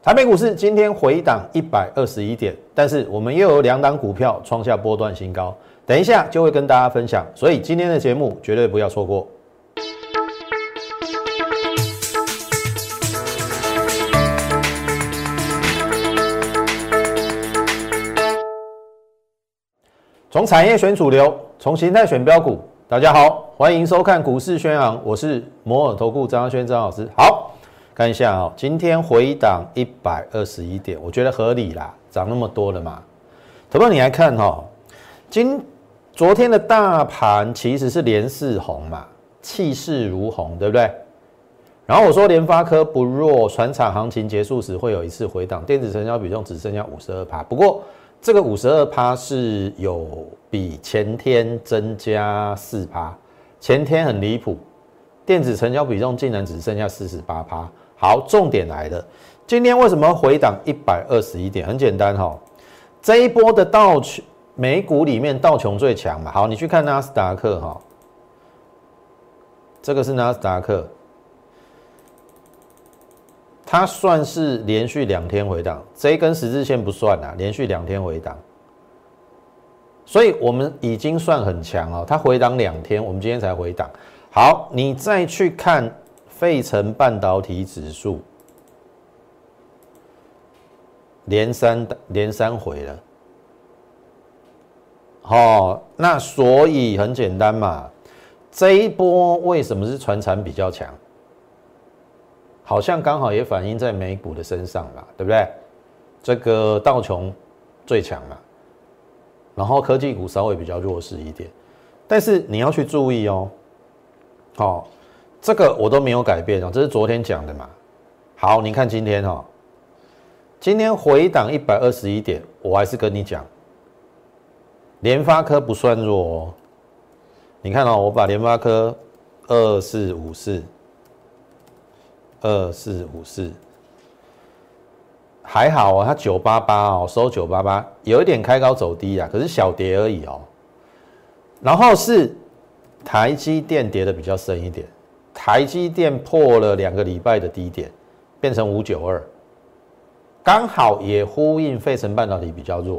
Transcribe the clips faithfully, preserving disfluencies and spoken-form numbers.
台北股市今天回档一百二十一点，但是我们又有两档股票创下波段新高，等一下就会跟大家分享，所以今天的节目绝对不要错过。从产业选主流，从形态选标股。大家好，欢迎收看股市宣昂，我是摩尔投顾张轩张老师。好，看一下哦，今天回档一百二十一点，我觉得合理啦，涨那么多了嘛。投资你来看哦，今昨天的大盘其实是连四红嘛，气势如虹，对不对？然后我说联发科不弱，传产行情结束时会有一次回档，电子成交比重只剩下 百分之五十二， 不过这个 百分之五十二 是有比前天增加 百分之四， 前天很离谱，电子成交比重竟然只剩下 百分之四十八。 好，重点来了，今天为什么回档一百二十一点？很简单齁，这一波的道琼美股里面道琼最强嘛。好，你去看纳斯达克齁，这个是纳斯达克，它算是连续两天回档，这一根十字线不算啊，连续两天回档，所以我们已经算很强哦。它回档两天，我们今天才回档。好，你再去看费城半导体指数，连三连三回了。哦，那所以很简单嘛，这一波为什么是传产比较强？好像刚好也反映在美股的身上嘛，对不对？这个道琼最强嘛，然后科技股稍微比较弱势一点，但是你要去注意哦，好、哦，这个我都没有改变哦，这是昨天讲的嘛。好，你看今天哦，今天回档一百二十一点，我还是跟你讲，联发科不算弱哦。你看哦，我把联发科二四五四。二四五四还好哦，它九八八哦，收九八八，有一点开高走低啊，可是小跌而已哦。然后是台积电跌的比较深一点，台积电破了两个礼拜的低点，变成五九二，刚好也呼应费城半导体比较弱。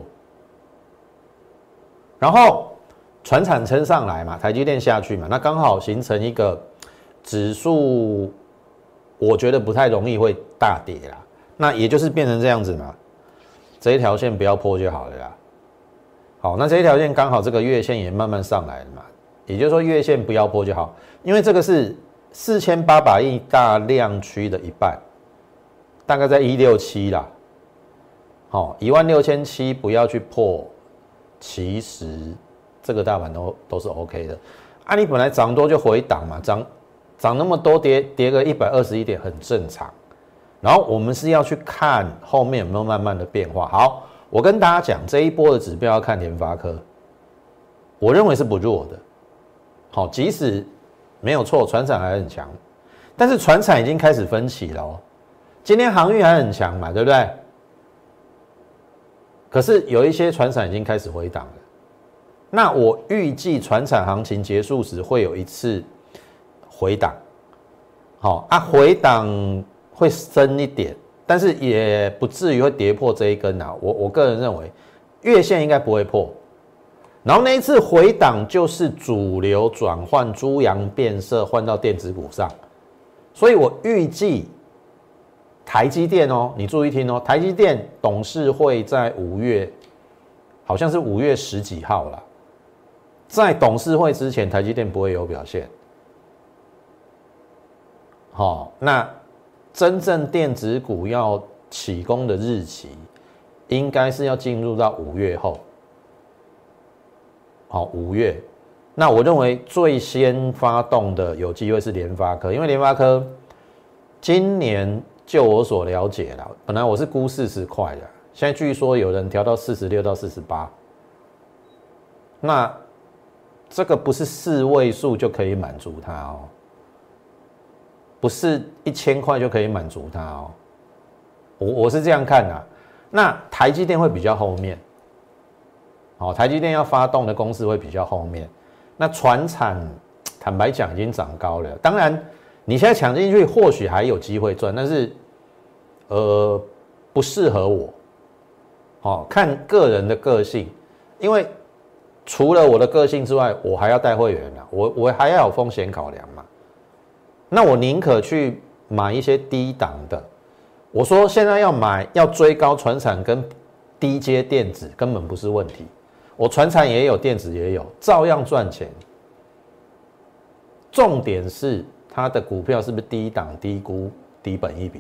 然后传产撑上来嘛，台积电下去嘛，那刚好形成一个指数。我觉得不太容易会大跌啦，那也就是变成这样子嘛，这一条线不要破就好了啦。好，那这一条线刚好这个月线也慢慢上来了嘛，也就是说月线不要破就好，因为这个是四千八百亿大量区的一半，大概在一六七啦。好，一万六千七不要去破，其实这个大盘都都是 OK 的。啊，你本来涨多就回档嘛，涨。涨那么多跌跌个一百二十一点很正常，然后我们是要去看后面有没有慢慢的变化。好，我跟大家讲这一波的指标要看联发科，我认为是不弱的。好，即使没有错，传产还很强，但是传产已经开始分歧了哦。今天航运还很强嘛，对不对？可是有一些传产已经开始回档了。那我预计传产行情结束时会有一次回档，好啊，回档会深一点，但是也不至于会跌破这一根啊。我我个人认为，月线应该不会破。然后那一次回档就是主流转换猪羊变色，换到电子股上，所以我预计台积电哦，你注意听哦，台积电董事会在五月，好像是五月十几号啦，在董事会之前，台积电不会有表现。好、哦，那真正电子股要起攻的日期，应该是要进入到五月后。好、哦，五月，那我认为最先发动的有机会是联发科，因为联发科今年就我所了解啦，本来我是估四十块的，现在据说有人调到四十六到四十八，那这个不是四位数就可以满足它哦。不是一千块就可以满足它哦，我我是这样看的、啊。那台积电会比较后面，好、哦，台积电要发动的公司会比较后面。那传产坦白讲已经涨高了，当然你现在抢进去或许还有机会赚，但是呃不适合我，哦，看个人的个性，因为除了我的个性之外，我还要带会员啊，我我还要有风险考量嘛。那我宁可去买一些低档的。我说现在要买要追高传产跟低阶电子根本不是问题，我传产也有，电子也有，照样赚钱。重点是它的股票是不是低档、低估、低本益比？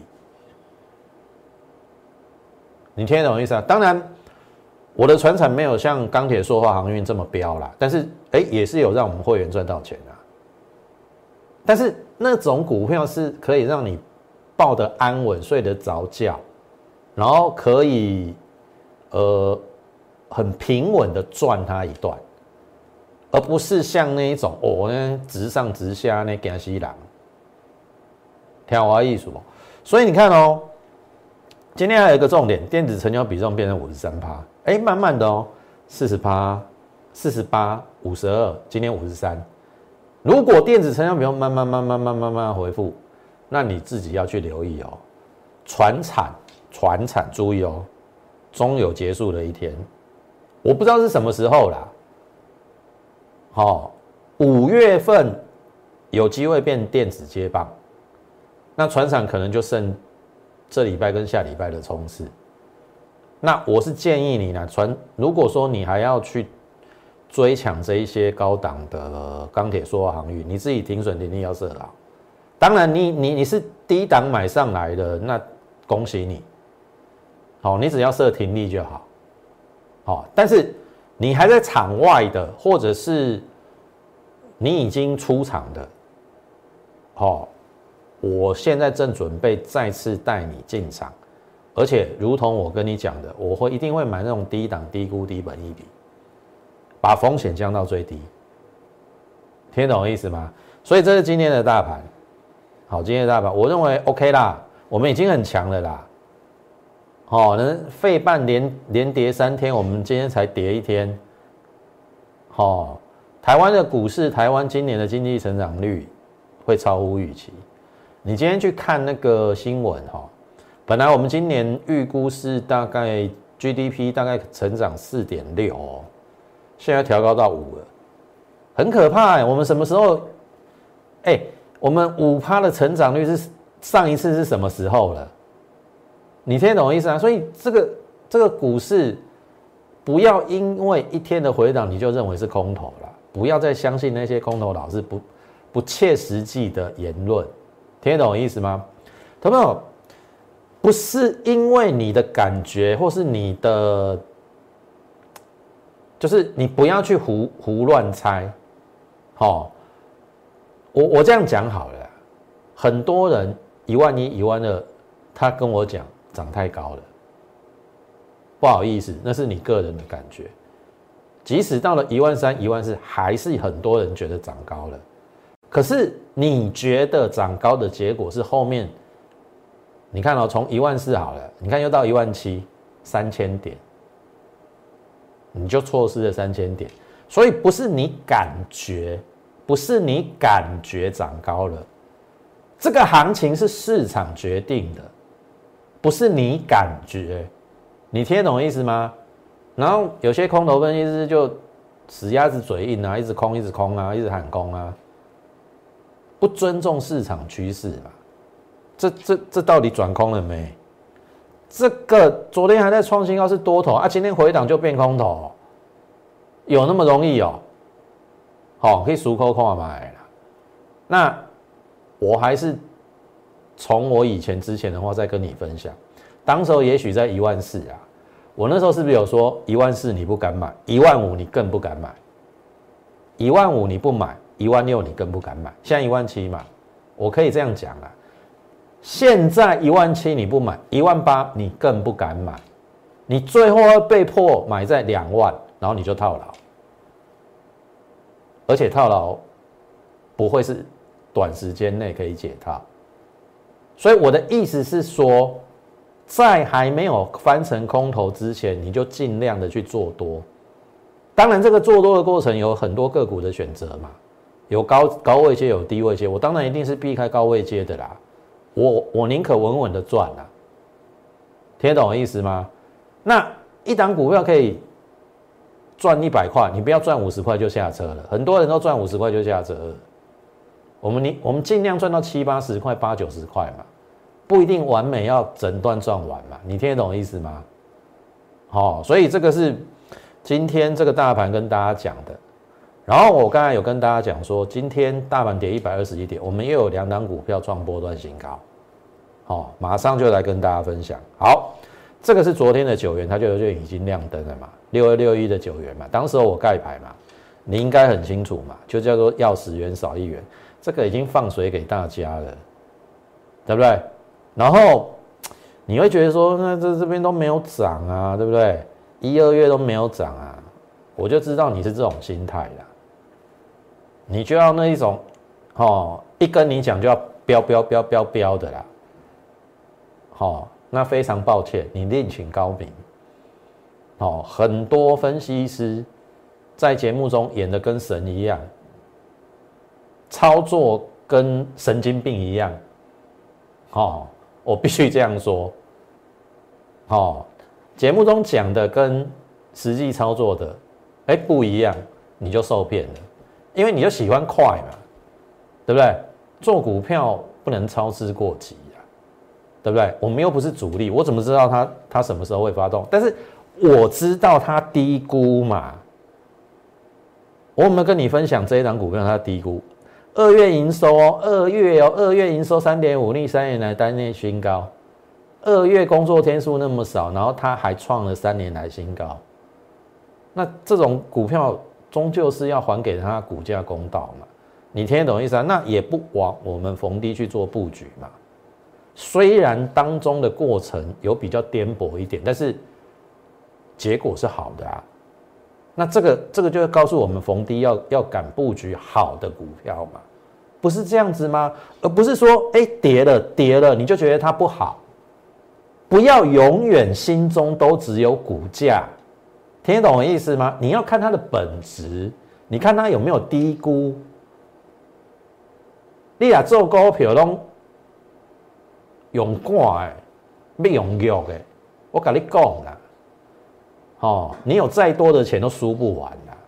你听得懂意思啊？当然，我的传产没有像钢铁、塑化、航运这么飙啦，但是哎，也是有让我们会员赚到钱啊。但是那种股票是可以让你抱得安稳、睡得着觉，然后可以呃很平稳的赚它一段，而不是像那一种哦呢直上直下那惊死人，听我的意思不？所以你看哦，今天还有一个重点，电子成交比重变成 百分之五十三， 哎，慢慢的哦 ，百分之四十、四十八、五十二，今天五十三。如果电子成交比重慢慢慢慢慢慢慢恢复，那你自己要去留意哦。传产，传产，注意哦，终有结束的一天。我不知道是什么时候啦。好、哦，五月份有机会变电子接棒，那传产可能就剩这礼拜跟下礼拜的冲刺。那我是建议你呢，传如果说你还要去追抢这一些高档的钢铁、塑化、航运，你自己停损停利要设好。当然你，你你是低档买上来的，那恭喜你，好，你只要设停利就好，好，但是你还在场外的，或者是你已经出场的，好，我现在正准备再次带你进场，而且如同我跟你讲的，我会一定会买那种低档、低估、低本益比。把风险降到最低，听懂我意思吗？所以这是今天的大盘，好，今天的大盘我认为 OK 啦，我们已经很强了啦。哦，能费半连连跌三天，我们今天才跌一天。哦，台湾的股市，台湾今年的经济成长率会超乎预期。你今天去看那个新闻哈、哦，本来我们今年预估是大概 G D P 大概成长 四点六 哦。现在调高到五了，很可怕哎、欸！我们什么时候？哎、欸，我们 百分之五 的成长率是上一次是什么时候了？你听得懂我意思啊？所以这个这个股市不要因为一天的回档你就认为是空头了，不要再相信那些空头老是不不切实际的言论，听得懂我意思吗？同学们，不是因为你的感觉或是你的。就是你不要去胡胡乱猜，好、哦，我我这样讲好了，很多人一万一、一万二，他跟我讲涨太高了，不好意思，那是你个人的感觉。即使到了一万三、一万四，还是很多人觉得涨高了。可是你觉得涨高的结果是后面，你看哦，从一万四好了，你看又到一万七，三千点。你就错失了三千点，所以不是你感觉，不是你感觉涨高了，这个行情是市场决定的，不是你感觉，你听得懂意思吗？然后有些空头分析师就死鸭子嘴硬啊，一直空，一直空啊，一直喊空啊，不尊重市场趋势嘛，这这这到底转空了没？这个昨天还在创新高是多头啊，今天回档就变空头，有那么容易哦？好、哦，可以熟口看买啦。那我还是从我以前之前的话再跟你分享，当时候也许在一万四啊，我那时候是不是有说一万四你不敢买，一万五你更不敢买，一万五你不买，一万六你更不敢买，现在一万七嘛，我可以这样讲啦。现在一万七你不买，一万八你更不敢买，你最后要被迫买在两万，然后你就套牢，而且套牢不会是短时间内可以解套，所以我的意思是说，在还没有翻成空头之前，你就尽量的去做多。当然，这个做多的过程有很多个股的选择嘛，有高高位阶，有低位阶，我当然一定是避开高位阶的啦。我我宁可稳稳的赚啦， 听得懂我意思吗？那一档股票可以赚一百块，你不要赚五十块就下车了。很多人都赚五十块就下车了。我们你我们尽量赚到七八十块、八九十块嘛，不一定完美要整段赚完嘛。你听得懂我意思吗？好、哦，所以这个是今天这个大盘跟大家讲的。然后我刚才有跟大家讲说，今天大盘跌一百二十一点，我们又有两档股票创波段新高。好、哦，马上就来跟大家分享。好，这个是昨天的九元，它就就已经亮灯了嘛，六二六一的九元嘛，当时我盖牌嘛，你应该很清楚嘛，就叫做要十元少一元，这个已经放水给大家了，对不对？然后你会觉得说，那这这边都没有涨啊，对不对？一二月都没有涨啊，我就知道你是这种心态啦，你就要那一种，哦，一跟你讲就要飙飙飙飙飙的啦，哦，那非常抱歉，你另请高明。哦，很多分析师在节目中演的跟神一样，操作跟神经病一样。哦，我必须这样说。哦，节目中讲的跟实际操作的，哎，不一样，你就受骗了，因为你就喜欢快嘛，对不对？做股票不能操之过急啊，对不对？我们又不是主力，我怎么知道它它什么时候会发动？但是我知道它低估嘛。我有没有跟你分享这一档股票它低估？二月营收哦，二月哦，二月营收 三点五 逆三年来单月新高。二月工作天数那么少，然后它还创了三年来新高。那这种股票终究是要还给它股价公道嘛？你听得懂意思啊？那也不往我们逢低去做布局嘛。虽然当中的过程有比较颠簸一点，但是结果是好的啊。那这个这个就会告诉我们逢低要要敢布局好的股票嘛，不是这样子吗？而不是说哎跌了跌了你就觉得它不好。不要永远心中都只有股价，听得懂我意思吗？你要看它的本质，你看它有没有低估。你若做股票拢用赶的，要用弱的，我跟你讲啦，哦，你有再多的钱都输不完啦。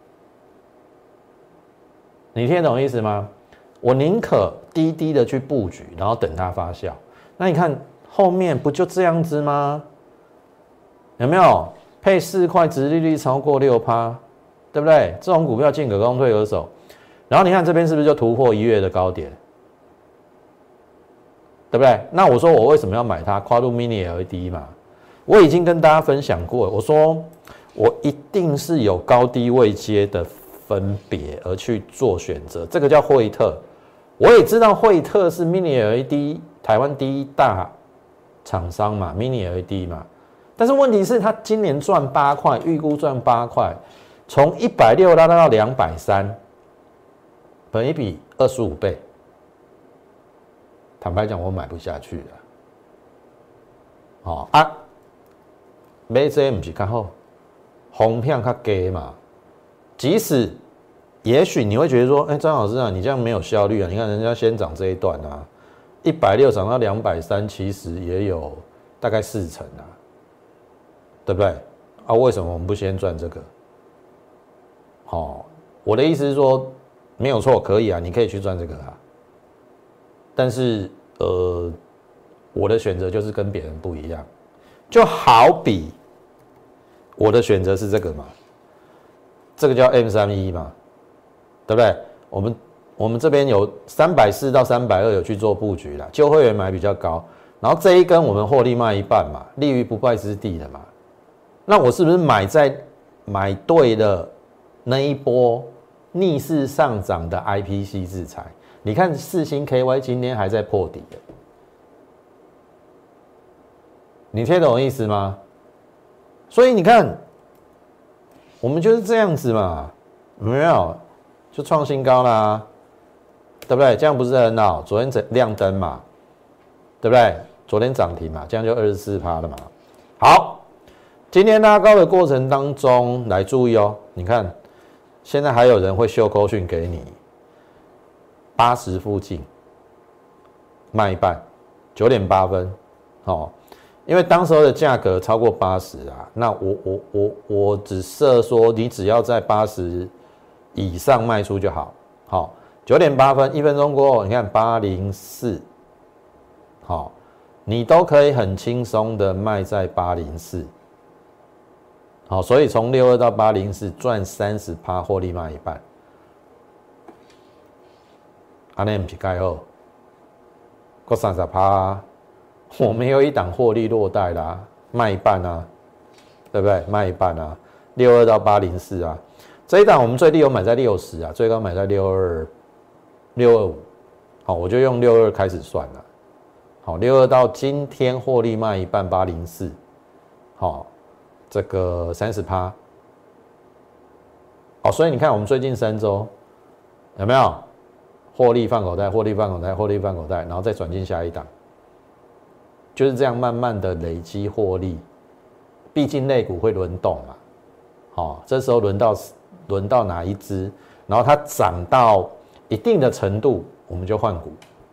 你听得懂意思吗？我宁可低低的去布局，然后等它发酵。那你看后面不就这样子吗？有没有配四块，殖利率超过 百分之六， 对不对？这种股票进可攻退可守。然后你看这边是不是就突破一月的高点？对不对？那我说我为什么要买它？跨入 mini L E D 嘛，我已经跟大家分享过了。我说我一定是有高低位阶的分别而去做选择，这个叫惠特。我也知道惠特是 mini L E D 台湾第一大厂商嘛 ，mini L E D 嘛。但是问题是，它今年赚八块，预估赚八块，从一百六拉到两百三，本益比二十五倍。坦白讲，我买不下去了。哦啊，买这不是较好，风险较低嘛。即使也许你会觉得说，哎、欸，张老师啊，你这样没有效率啊！你看人家先涨这一段啊，一百六涨到两百三，其实也有大概四成啊，对不对？啊，为什么我们不先赚这个？好、哦，我的意思是说，没有错，可以啊，你可以去赚这个啊。但是，呃，我的选择就是跟别人不一样，就好比我的选择是这个嘛，这个叫 M 三十一 嘛，对不对？我们我们这边有三百四到三百二有去做布局啦，旧会员买比较高，然后这一根我们获利卖一半嘛，立于不败之地的嘛。那我是不是买在买对了那一波逆势上涨的 I P C 制裁？你看世芯 K Y 今天还在破底的，你听懂我意思吗？所以你看，我们就是这样子嘛，有没有就创新高啦，对不对？这样不是很好？昨天亮灯嘛，对不对？昨天涨停嘛，这样就 百分之二十四 了嘛。好，今天拉高的过程当中，来注意哦，你看现在还有人会秀扣讯给你。八十附近卖一半，九点八分，哦， 因为当时候的价格超过八十啊，那我我我我只设说你只要在八十以上卖出就好。好，九点八分，一分钟过后，你看八零四，好，你都可以很轻松的卖在八零四。好，所以从六二到八零四赚 百分之三十 获利卖一半。这样不是盖好，还三十趴，我没有一档获利落袋啦，卖一半啊，对不对？卖一半啊，六二到八零四啊，这一档我们最低有买在六十啊，最高买在六二六二五，好，我就用六二开始算了，好，六二到今天获利卖一半八零四，好，这个 百分之三十， 哦，所以你看我们最近三周有没有？获利放口袋，获利放口袋，获利放口袋，然后再转进下一档，就是这样慢慢的累积获利。毕竟类股会轮动嘛，好、哦，这时候轮到轮到哪一支，然后它涨到一定的程度，我们就换股。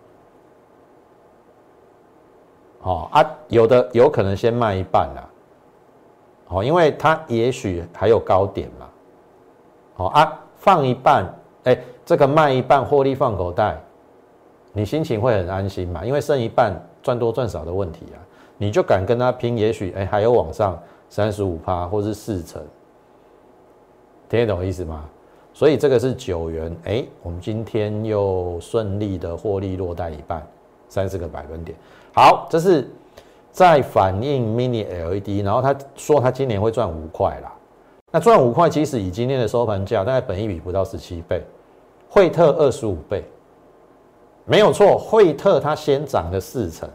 好、哦、啊，有的有可能先卖一半啦，好、哦，因为它也许还有高点嘛，好、哦、啊，放一半，哎、欸。这个卖一半获利放口袋，你心情会很安心嘛？因为剩一半赚多赚少的问题啊，你就敢跟他拼，也许哎还有往上 百分之三十五 或是四成，听得懂意思吗？所以这个是九元，哎，我们今天又顺利的获利落袋一半，三十个百分点。好，这是在反映 mini L E D， 然后他说他今年会赚五块啦，那赚五块，其实以今天的收盘价，大概本益比不到十七倍。惠特二十五倍，没有错，惠特它先涨了四成，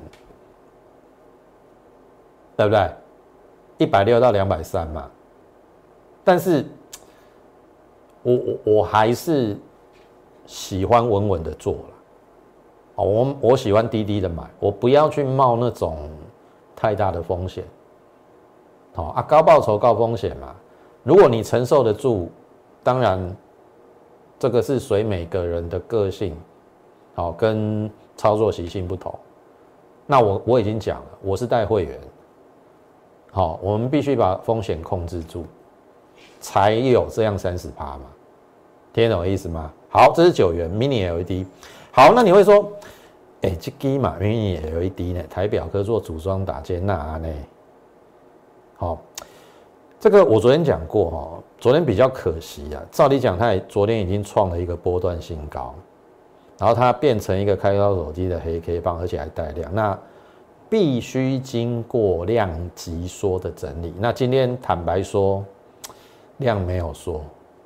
对不对？一百六到两百三嘛。但是我，我我还是喜欢稳稳的做了。哦，我我喜欢低低的买，我不要去冒那种太大的风险。好、哦、啊，高报酬高风险嘛。如果你承受得住，当然。这个是随每个人的个性，好，跟操作习性不同。那我我已经讲了，我是带会员，好，我们必须把风险控制住，才有这样 百分之三十 嘛，听得懂意思吗？好，这是九元 mini L E D。好，那你会说，哎、欸，这个嘛 mini L E D 呢，台表科做组装打件那呢？好。这个我昨天讲过哈，昨天比较可惜啊。照理讲，它也昨天已经创了一个波段新高，然后它变成一个开高走低的黑 K 棒，而且还带量，那必须经过量级缩的整理。那今天坦白说，量没有缩，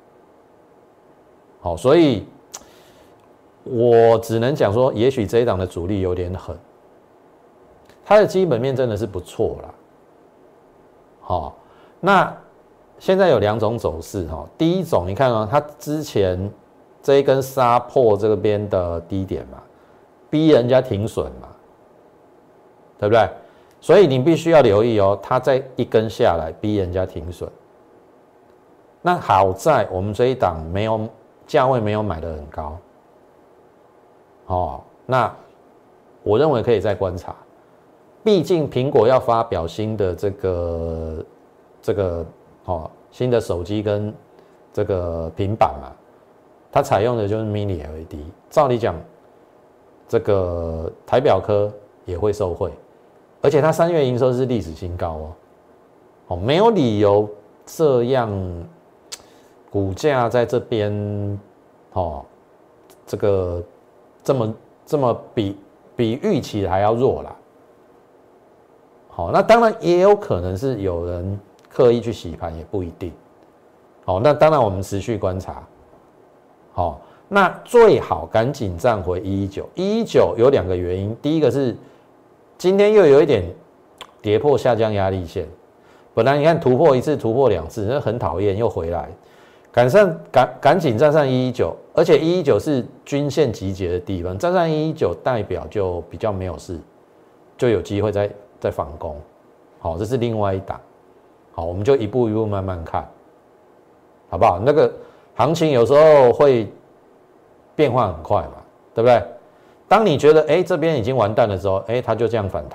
好，所以我只能讲说，也许这一档的主力有点狠，它的基本面真的是不错啦，好。那现在有两种走势哈，第一种你看哦，它之前这一根杀破这边的低点嘛，逼人家停损嘛，对不对？所以你必须要留意哦，它再一根下来逼人家停损。那好在我们这一档没有价位没有买得很高，哦，那我认为可以再观察，毕竟苹果要发表新的这个。这个哦，新的手机跟这个平板嘛，它采用的就是 mini L E D。照理讲，这个台表科也会受惠，而且它三月营收是历史新高哦，哦，没有理由这样股价在这边哦，这个这么这么比比预期还要弱啦。好，那当然也有可能是有人。刻意去洗盘也不一定，好，那当然我们持续观察，好，那最好赶紧站回一一九，一一九有两个原因，第一个是今天又有一点跌破下降压力线，本来你看突破一次突破两次，那很讨厌，又回来，赶上赶赶紧站上一一九，而且一一九是均线集结的地方，站上一一九代表就比较没有事，就有机会再再反攻，好，这是另外一档。好，我们就一步一步慢慢看，好不好？那个行情有时候会变化很快嘛，对不对？当你觉得哎这边已经完蛋的时候，哎它就这样反弹，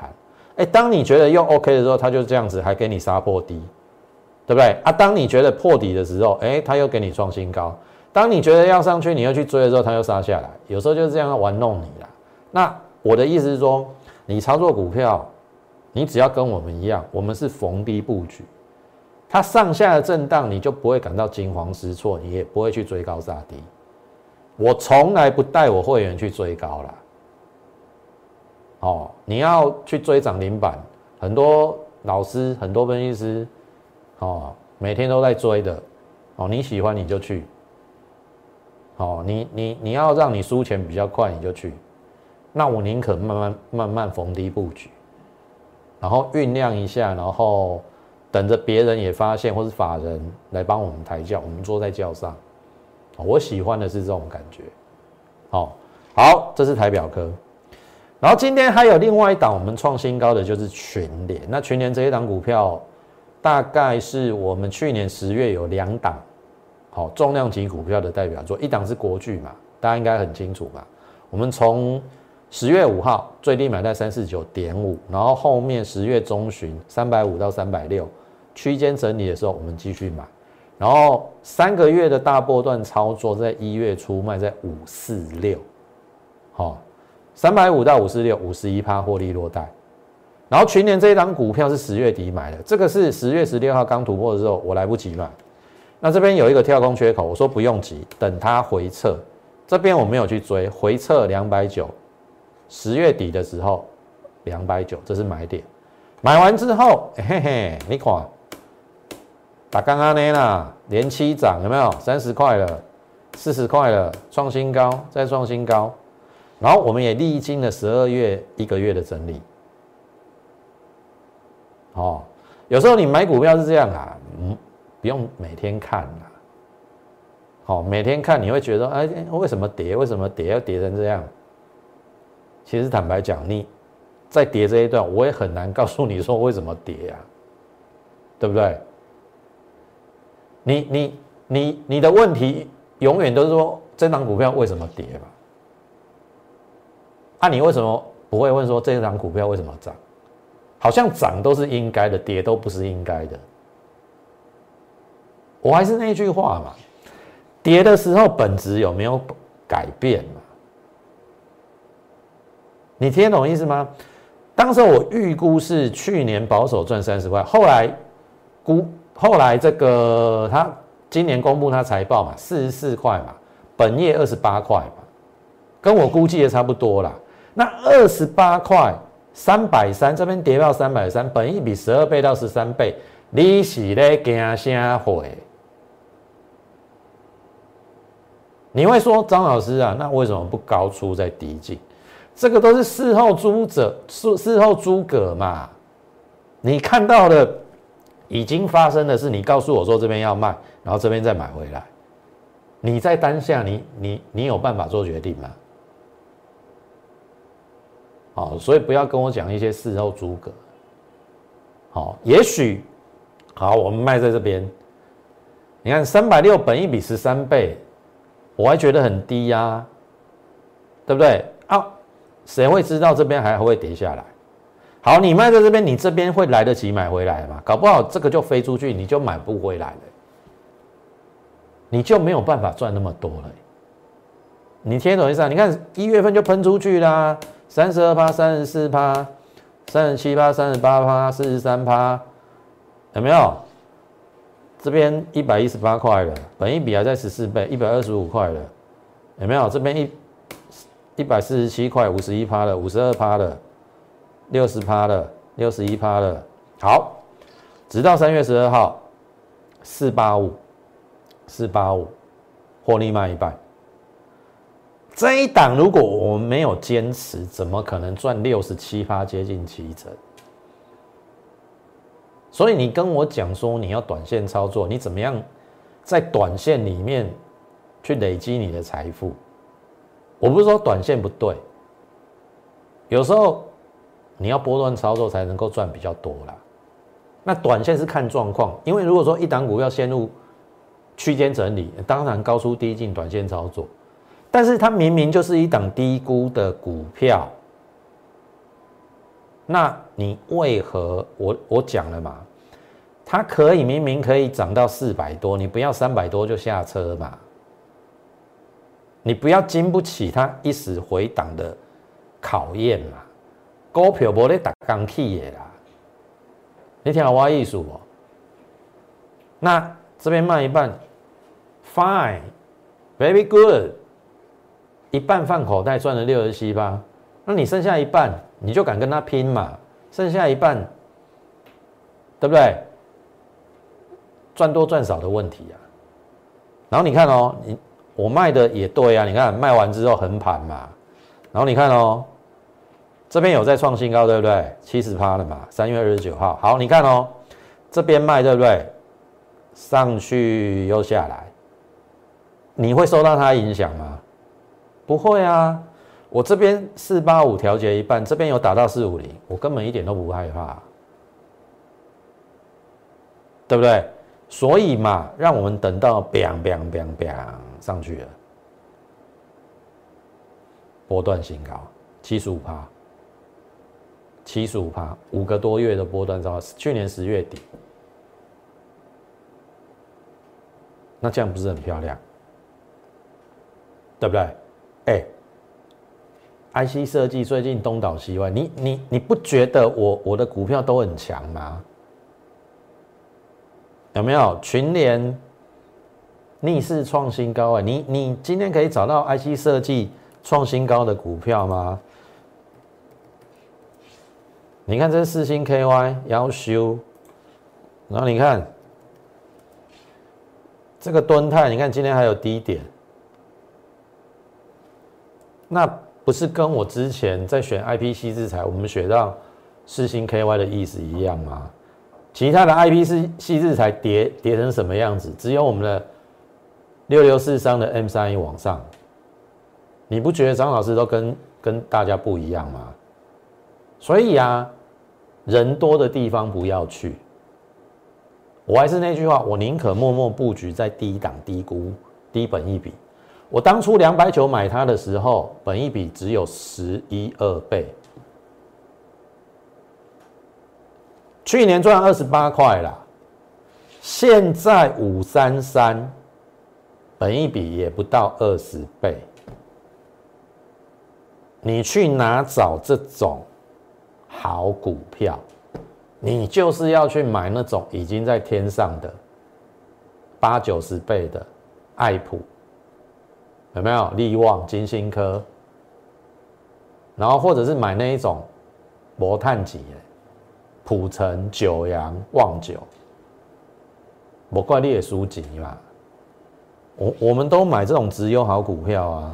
哎，当你觉得又 OK 的时候，它就这样子还给你杀破低，对不对啊？当你觉得破底的时候，哎，它又给你创新高。当你觉得要上去，你又去追的时候，它又杀下来。有时候就是这样玩弄你啦。那我的意思是说，你操作股票，你只要跟我们一样，我们是逢低布局，它上下的震荡，你就不会感到惊慌失措，你也不会去追高杀低。我从来不带我会员去追高啦。哦，你要去追涨停板，很多老师、很多分析师，哦，每天都在追的。哦，你喜欢你就去。哦，你你你要让你输钱比较快，你就去。那我宁可慢慢慢慢逢低布局，然后酝酿一下，然后等着别人也发现或是法人来帮我们抬轿，我们坐在轿上。哦，我喜欢的是这种感觉。哦，好，这是台表科。然后今天还有另外一档我们创新高的就是群联。那群联这一档股票，大概是我们去年十月有两档。好，重量级股票的代表作，一档是国巨嘛，大家应该很清楚嘛。我们从十月五号最低买在三四九点五，然后后面十月中旬三百五到三百六区间整理的时候，我们继续买，然后三个月的大波段操作，在一月初卖在五四六，好，三百五到五四六，五十一趴获利落袋。然后群联这一档股票是十月底买的，这个是十月十六号刚突破的时候，我来不及买。那这边有一个跳空缺口，我说不用急，等它回撤。这边我没有去追，回撤两百九十，十月底的时候两百九十，这是买点。买完之后，嘿嘿，你看，打刚刚那啦，连七涨有没有？三十块了，四十块了，创新高，再创新高。然后我们也历经了十二月一个月的整理。哦，有时候你买股票是这样啊，嗯。不用每天看啦，好，每天看你会觉得，哎，为什么跌？为什么跌要跌成这样？其实坦白讲，你在跌这一段，我也很难告诉你说为什么跌啊，对不对？你你你你的问题永远都是说这档股票为什么跌嘛？啊，你为什么不会问说这档股票为什么涨？好像涨都是应该的，跌都不是应该的。我还是那句话嘛，跌的时候本质有没有改变嘛？你听得懂意思吗？当时我预估是去年保守赚三十块，后来估后来这个他今年公布他财报嘛，四十四块嘛，本业二十八块嘛，跟我估计的差不多啦。那二十八块三百三，这边跌到三百三，本益比十二倍到十三倍，你是在惊啥货？你会说张老师啊，那为什么不高出再低进？这个都是事后诸葛，事后诸葛嘛。你看到的已经发生的事，你告诉我说这边要卖，然后这边再买回来。你在当下你，你你你有办法做决定吗？好，所以不要跟我讲一些事后诸葛。好，也许好，我们卖在这边。你看三百六本益比十三倍。我还觉得很低呀、啊，对不对啊？谁会知道这边还会跌下来？好，你卖在这边，你这边会来得及买回来吗？搞不好这个就飞出去，你就买不回来了，你就没有办法赚那么多了。你听懂意思啊？你看一月份就喷出去啦，三十二趴、三十四趴、三十七趴、三十八趴、四十三趴，有没有？这边一百一十八块了，本益比还在十四倍，一百二十五块了，有没有？这边一一百四十七块，五十一趴了，五十二趴了，六十趴了，六十一趴了。好，直到三月十二号，四八五，四八五，获利卖一半。这一档如果我们没有坚持，怎么可能赚六十七趴，接近七成？所以你跟我讲说你要短线操作，你怎么样在短线里面去累积你的财富？我不是说短线不对，有时候你要波段操作才能够赚比较多啦。那短线是看状况，因为如果说一档股票陷入区间整理，当然高出低进短线操作，但是它明明就是一档低估的股票。 那你为何我我讲了嘛？它可以明明可以涨到四百多，你不要三百多就下车嘛？你不要经不起它一时回档的考验嘛？股票没在打刚起的啦，你听我意思不？那这边卖一半 ，fine， very good， 一半放口袋赚了六十七趴，那你剩下一半，你就敢跟他拼嘛？剩下一半，对不对？赚多赚少的问题啊。然后你看哦，你我卖的也对啊，你看卖完之后横盘嘛，然后你看哦，这边有在创新高，对不对？七十趴了嘛，三月二十九号。好，你看哦，这边卖对不对？上去又下来，你会受到它影响吗？不会啊，我这边四八五调节一半，这边有打到四五零，我根本一点都不害怕，对不对？所以嘛，让我们等到 biang biang biang biang 上去了，波段新高，七十五趴，七十五趴，五个多月的波段高，去年十月底，那这样不是很漂亮，对不对？哎、欸、，I C 设计最近东倒西歪，你你你不觉得我我的股票都很强吗？有没有群联逆势创新高、欸？你你今天可以找到 I C 设计创新高的股票吗？你看这是四星 K Y 要修，然后你看这个敦泰，你看今天还有低点，那不是跟我之前在选 I P C 制裁，我们学到四星 K Y 的意思一样吗？其他的 I P C 制裁跌跌成什么样子？只有我们的六六四三的 M 三一往上，你不觉得张老师都跟跟大家不一样吗？所以啊，人多的地方不要去。我还是那句话，我宁可默默布局在低档、低估、低本益比。我当初两百九买它的时候，本益比只有十一二倍。去年赚二十八块啦，现在五三三，本益比也不到二十倍。你去哪找这种好股票？你就是要去买那种已经在天上的八九十倍的爱普，有没有？力旺、金星科，然后或者是买那一种摩碳级的。普成、九阳、旺九，我怪你也输钱嘛。我我们都买这种直优好股票啊，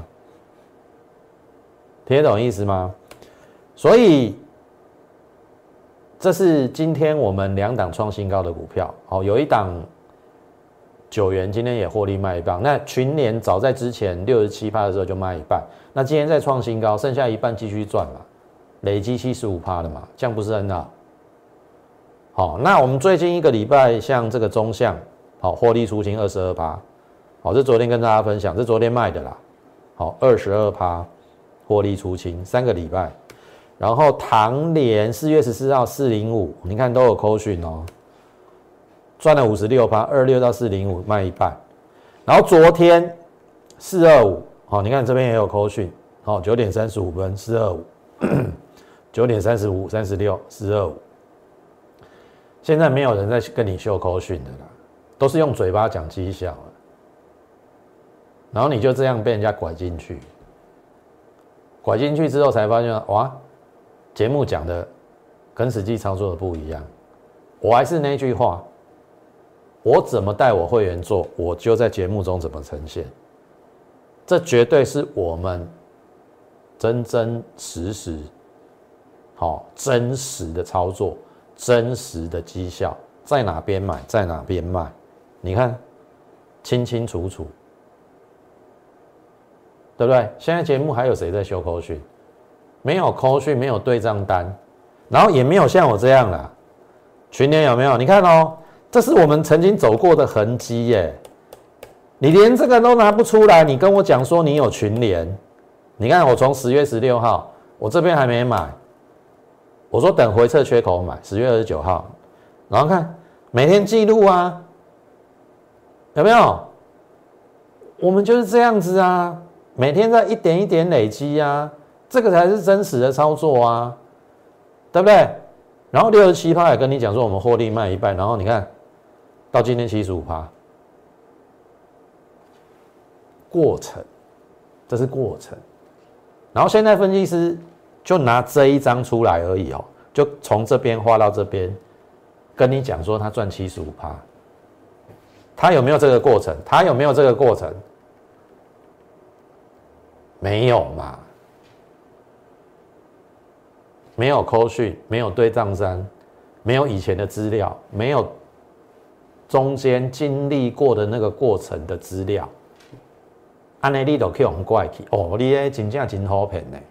听得懂意思吗？所以这是今天我们两档创新高的股票。好，有一档九元，今天也获利卖一半。那群联早在之前六十七趴的时候就卖一半，那今天再创新高，剩下一半继续赚嘛，累积七十五趴了嘛，这样不是很好？好，那我们最近一个礼拜，像这个中象，好，获利出清二十二趴，好，这昨天跟大家分享，这昨天卖的啦，好，二十二趴获利出清，三个礼拜。然后唐联四月十四号四零五，你看都有扣讯哦，赚了五十六趴，二六到四零五卖一半。然后昨天四二五，好，你看这边也有扣讯，好，九点三十五分四二五，九点三十五三十六四二五。现在没有人在跟你秀口讯的啦，都是用嘴巴讲绩效，然后你就这样被人家拐进去，拐进去之后才发现，哇，节目讲的跟实际操作的不一样。我还是那句话，我怎么带我会员做，我就在节目中怎么呈现，这绝对是我们真真实实、好真实的操作。真实的绩效在哪边买，在哪边卖，你看清清楚楚，对不对？现在节目还有谁在修扣讯？没有扣讯，没有对账单，然后也没有像我这样啦。群联有没有？你看哦，这是我们曾经走过的痕迹耶。你连这个都拿不出来，你跟我讲说你有群联？你看我从十月十六号，我这边还没买。 我说等回撤缺口买，十月二十九号，然后看每天记录啊，有没有？我们就是这样子啊，每天在一点一点累积啊，这个才是真实的操作啊，对不对？然后六十七趴也跟你讲说我们获利卖一半，然后你看到今天七十五趴，过程，这是过程。然后现在分析师就拿这一张出来而已哦，就从这边画到这边，跟你讲说他赚七十五趴，他有没有这个过程？他有没有这个过程？没有嘛，没有扣讯，没有对账单，没有以前的资料，没有中间经历过的那个过程的资料。安尼你就去用怪去哦，你咧真正真好骗呢。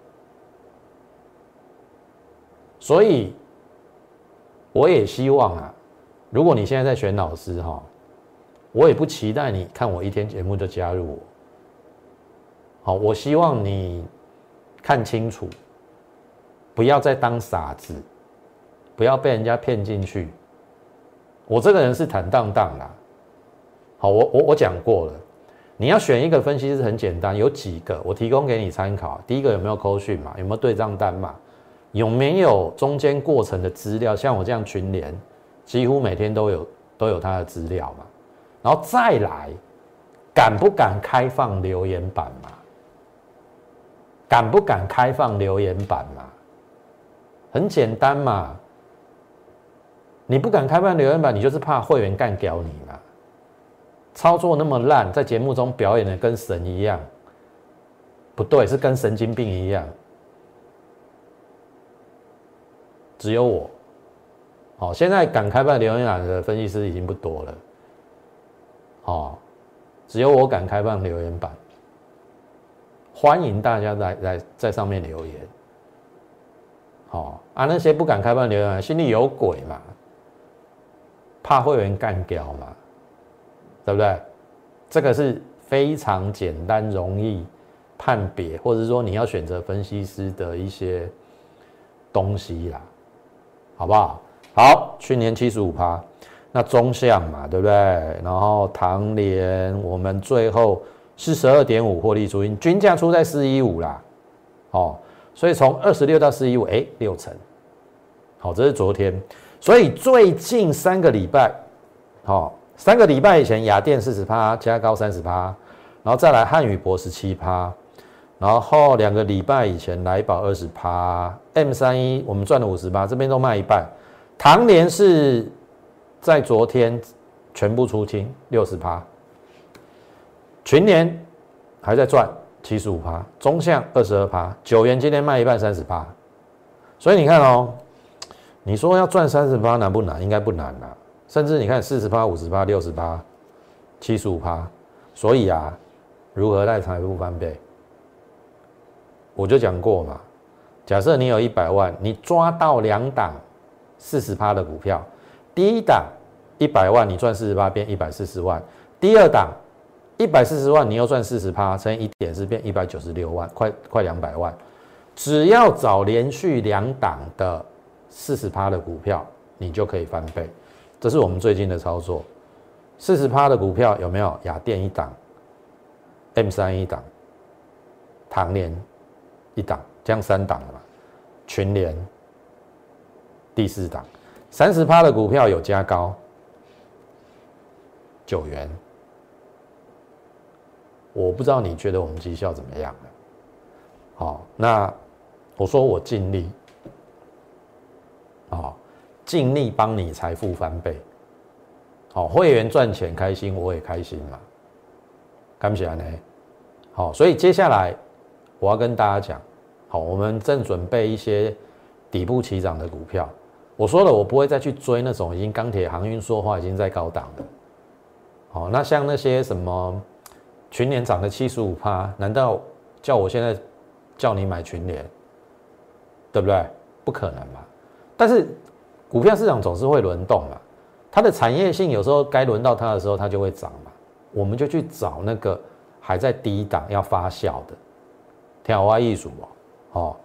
所以我也希望啊，如果你现在在选老师哈，我也不期待你看我一天节目就加入我。好，我希望你看清楚，不要再当傻子，不要被人家骗进去。我这个人是坦荡荡啦。好，我我我讲过了。你要选一个分析师很简单，有几个我提供给你参考。第一个有没有扣讯嘛？有没有对账单嘛？有没有中间过程的资料？像我这样群联，几乎每天都有都有他的资料嘛。然后再来，敢不敢开放留言板嘛？敢不敢开放留言板嘛？很简单嘛。你不敢开放留言板，你就是怕会员干掉你嘛。操作那么烂，在节目中表演的跟神一样，不对，是跟神经病一样。只有我，好、哦，现在敢开放留言板的分析师已经不多了，哦，只有我敢开放留言板，欢迎大家来来在上面留言。好、哦、啊，那些不敢开放留言板，心里有鬼嘛，怕会员干掉嘛。对不对？这个是非常简单、容易判别，或者说你要选择分析师的一些东西啦，好不好？好，去年七十五趴，那中项嘛，对不对？然后唐联，我们最后四十二点五获利出清，均价出在四一五啦，哦，所以从二十六到四一五，哎，六成，好，这是昨天，所以最近三个礼拜，好、哦。三个礼拜以前，雅电四十趴，加高三十趴，然后再来汉语博十七趴，然后两个礼拜以前来宝二十趴 ，M 三一我们赚了五十趴，这边都卖一半。唐联是在昨天全部出清六十趴，群联还在赚七十五趴，中象二十二趴，九元今天卖一半三十趴，所以你看哦，你说要赚三十趴难不难？应该不难啦。甚至你看四十趴、五十趴、六十趴、七十五趴，所以啊，如何带财富翻倍？我就讲过嘛，假设你有一百万，你抓到两档四十趴的股票，第一档一百万，你赚四十趴变一百四十万；第二档一百四十万，你又赚四十趴，乘以一点四变一百九十六万，快快两百万。只要找连续两档的四十趴的股票，你就可以翻倍。这是我们最近的操作， 百分之四十 的股票有没有？雅电一档 ，M 三 一档，唐联一档，这样三档了嘛？群联第四档， 百分之三十 的股票有加高九元，我不知道你觉得我们绩效怎么样？好，那我说我尽力，好。尽力帮你财富翻倍，好，会员赚钱开心，我也开心嘛，感谢呢。好，所以接下来我要跟大家讲，好，我们正准备一些底部起涨的股票。我说了，我不会再去追那种已经钢铁航运说话已经在高档的。好，那像那些什么群联涨了 百分之七十五， 难道叫我现在叫你买群联，对不对？不可能嘛。但是股票市场总是会轮动嘛，它的产业性有时候该轮到它的时候，它就会涨嘛。我们就去找那个还在低档要发酵的，听我艺术哦。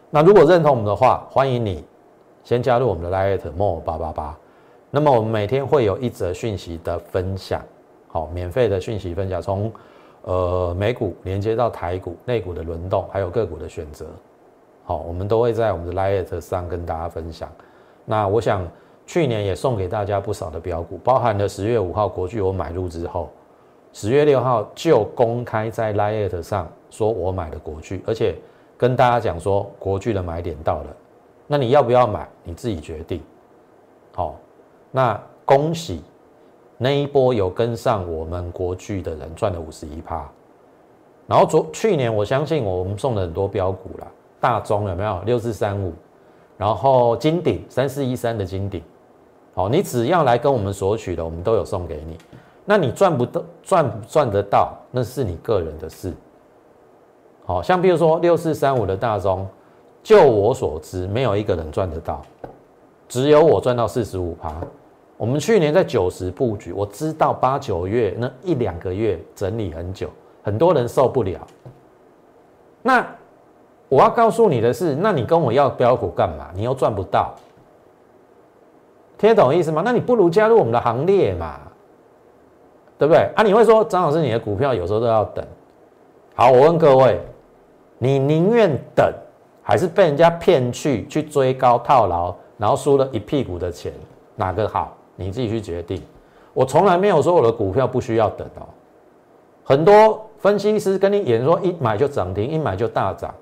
那如果认同我们的话，欢迎你先加入我们的 Line mo 八八八。那么我们每天会有一则讯息的分享，好，免费的讯息分享，从呃美股连接到台股、类股的轮动，还有个股的选择，好，我们都会在我们的 Line 上跟大家分享。那我想去年也送给大家不少的标股，包含了十月五号国巨我买入之后，十月六号就公开在 Line 上说我买了国巨，而且跟大家讲说国巨的买点到了，那你要不要买，你自己决定。好，那恭喜那一波有跟上我们国巨的人赚了 百分之五十一。然后昨去年我相信我们送了很多标股啦，大中有没有六四三五，然后金鼎三四一三的金鼎，好，你只要来跟我们索取的，我们都有送给你。那你赚不到赚不赚得到，那是你个人的事。好，像比如说六四三五的大中，就我所知，没有一个人赚得到，只有我赚到 百分之四十五。我们去年在九十布局，我知道八九月那一两个月整理很久，很多人受不了。那我要告诉你的是，那你跟我要标股干嘛？你又赚不到，听得懂意思吗？那你不如加入我们的行列嘛，对不对？啊，你会说张老师，你的股票有时候都要等。好，我问各位，你宁愿等，还是被人家骗去去追高套牢，然后输了一屁股的钱，哪个好？你自己去决定。我从来没有说我的股票不需要等哦。很多分析师跟你演说一买就涨停，一买就大涨，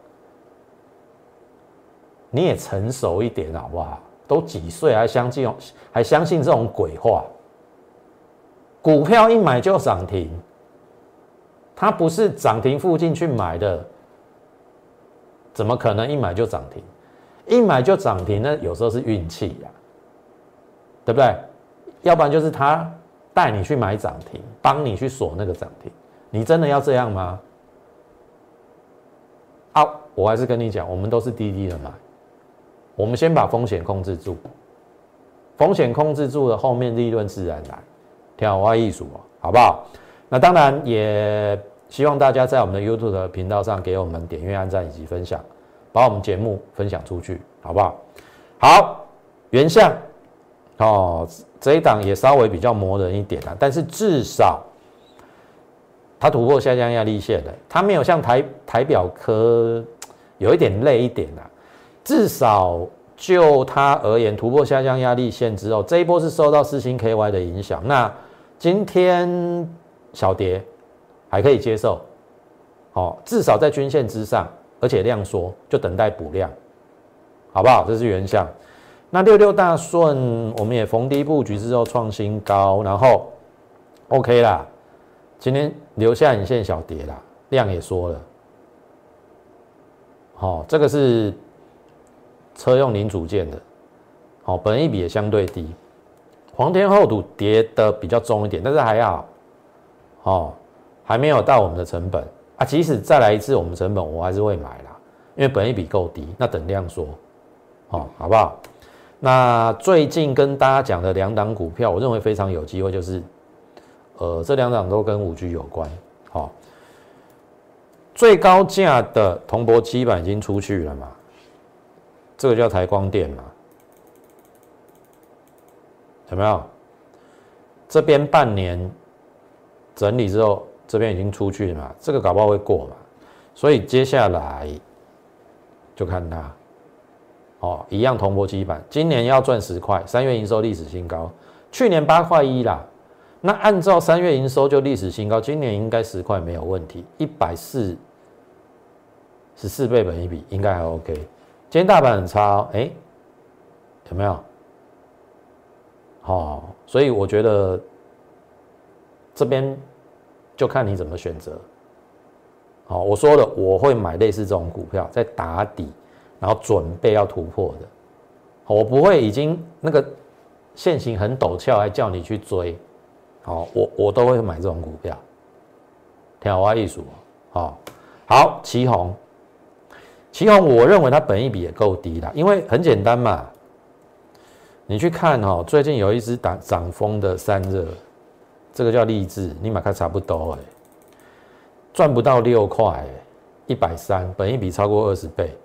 你也成熟一点好不好？都几岁还相信还相信这种鬼话？股票一买就涨停，它不是涨停附近去买的，怎么可能一买就涨停？一买就涨停，那有时候是运气呀，对不对？要不然就是他带你去买涨停，帮你去锁那个涨停。你真的要这样吗？啊，我还是跟你讲，我们都是低低的买，我们先把风险控制住，风险控制住了，后面利润自然来，跳花艺术，好不好？那当然也希望大家在我们的 YouTube 的频道上给我们点阅、按赞以及分享，把我们节目分享出去，好不好？好，原相哦，这一档也稍微比较磨人一点啦，但是至少它突破下降压力线了，它没有像台台表科有一点累一点啦，至少就它而言，突破下降压力线之后，这一波是受到四星 K Y 的影响，那今天小跌还可以接受，哦，至少在均线之上，而且量缩，就等待补量，好不好？这是原相。那六六大顺，我们也逢低布局之后创新高，然后 OK 啦，今天留下影线小跌啦，量也缩了。好、哦，这个是车用零组件的，好、哦，本益比也相对低。黄天厚土跌的比较重一点，但是还好，哦，还没有到我们的成本啊。即使再来一次我们成本，我还是会买啦，因为本益比够低，那等量缩，哦，好不好？那最近跟大家讲的两档股票，我认为非常有机会，就是呃，这两档都跟 五 G 有关，好、哦，最高价的铜箔基板已经出去了嘛，这个叫台光电嘛。有没有？这边半年整理之后，这边已经出去了嘛，这个搞不好会过嘛，所以接下来就看它，哦，一样铜箔基板，今年要赚十块，三月营收历史新高，去年八块一啦，那按照三月营收就历史新高，今年应该十块没有问题，一百四十四倍本益比应该还 OK。今天大盘很差哦，哎，有没有？哦，所以我觉得这边就看你怎么选择。好、哦，我说了，我会买类似这种股票，在打底，然后准备要突破的。我不会已经那个线型很陡峭，还叫你去追。好、哦，我我都会买这种股票。挑花艺术，好，好，奇鋐，奇鋐，我认为它本益比也够低啦，因为很简单嘛。你去看哦，最近有一只涨涨疯的散热，这个叫励志，你买它差不多哎，赚不到六块哎，一百三，本益比超过二十倍，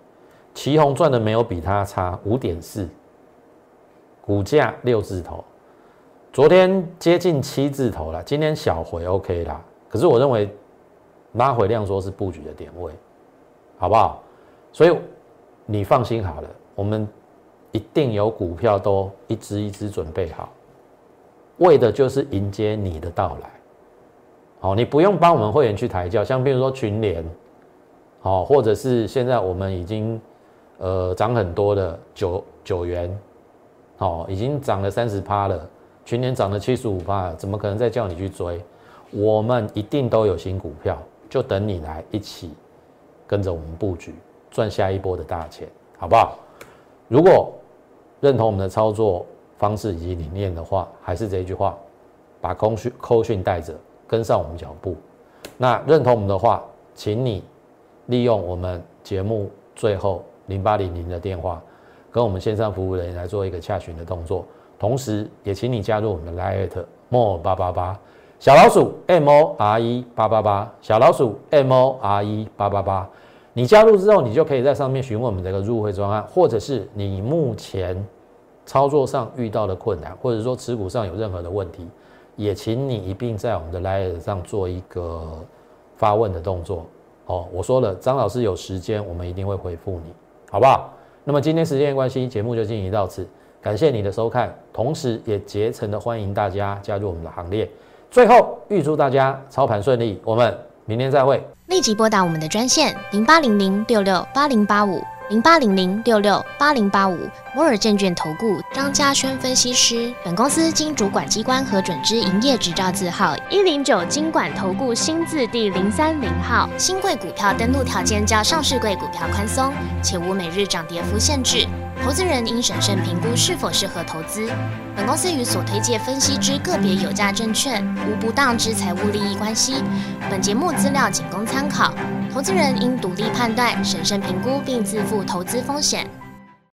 旗宏赚的没有比它差，五点四，股价六字头，昨天接近七字头了，今天小回 OK 啦。可是我认为拉回量缩是布局的点位，好不好？所以你放心好了，我们一定有股票都一支一支准备好，为的就是迎接你的到来。好，你不用帮我们会员去抬轿，像比如说群联，好，或者是现在我们已经呃涨很多的九九元，好，已经涨了三十趴了，群联涨了七十五趴，怎么可能再叫你去追？我们一定都有新股票，就等你来一起跟着我们布局，赚下一波的大钱，好不好？如果认同我们的操作方式以及理念的话，还是这一句话，把扣讯扣讯带着。跟上我们脚步，那认同我们的话，请你利用我们节目最后零八零零的电话，跟我们线上服务人员来做一个洽询的动作。同时，也请你加入我们的 Line more 八八八小老鼠 M O R E 八八八小老鼠 M O R E 八八八。你加入之后，你就可以在上面询问我们这个入会专案，或者是你目前操作上遇到的困难，或者说持股上有任何的问题。也请你一并在我们的 Line 上做一个发问的动作哦。我说了，张老师有时间，我们一定会回复你，好不好？那么今天时间的关系，节目就进行到此，感谢你的收看，同时也竭诚的欢迎大家加入我们的行列。最后，预祝大家操盘顺利，我们明天再会。 立即拨打我们的专线零八零零六六八零八五零八零零六六八零八五摩尔证券投顾张嘉轩分析师。本公司经主管机关核准之营业执照字号一零九金管投顾新字第零三零号。新贵股票登录条件较上市贵股票宽松，且无每日涨跌幅限制。投资人应审慎评估是否适合投资。本公司与所推介分析之个别有价证券无不当之财务利益关系。本节目资料仅供参考，投资人应独立判断、审慎评估并自负投资风险。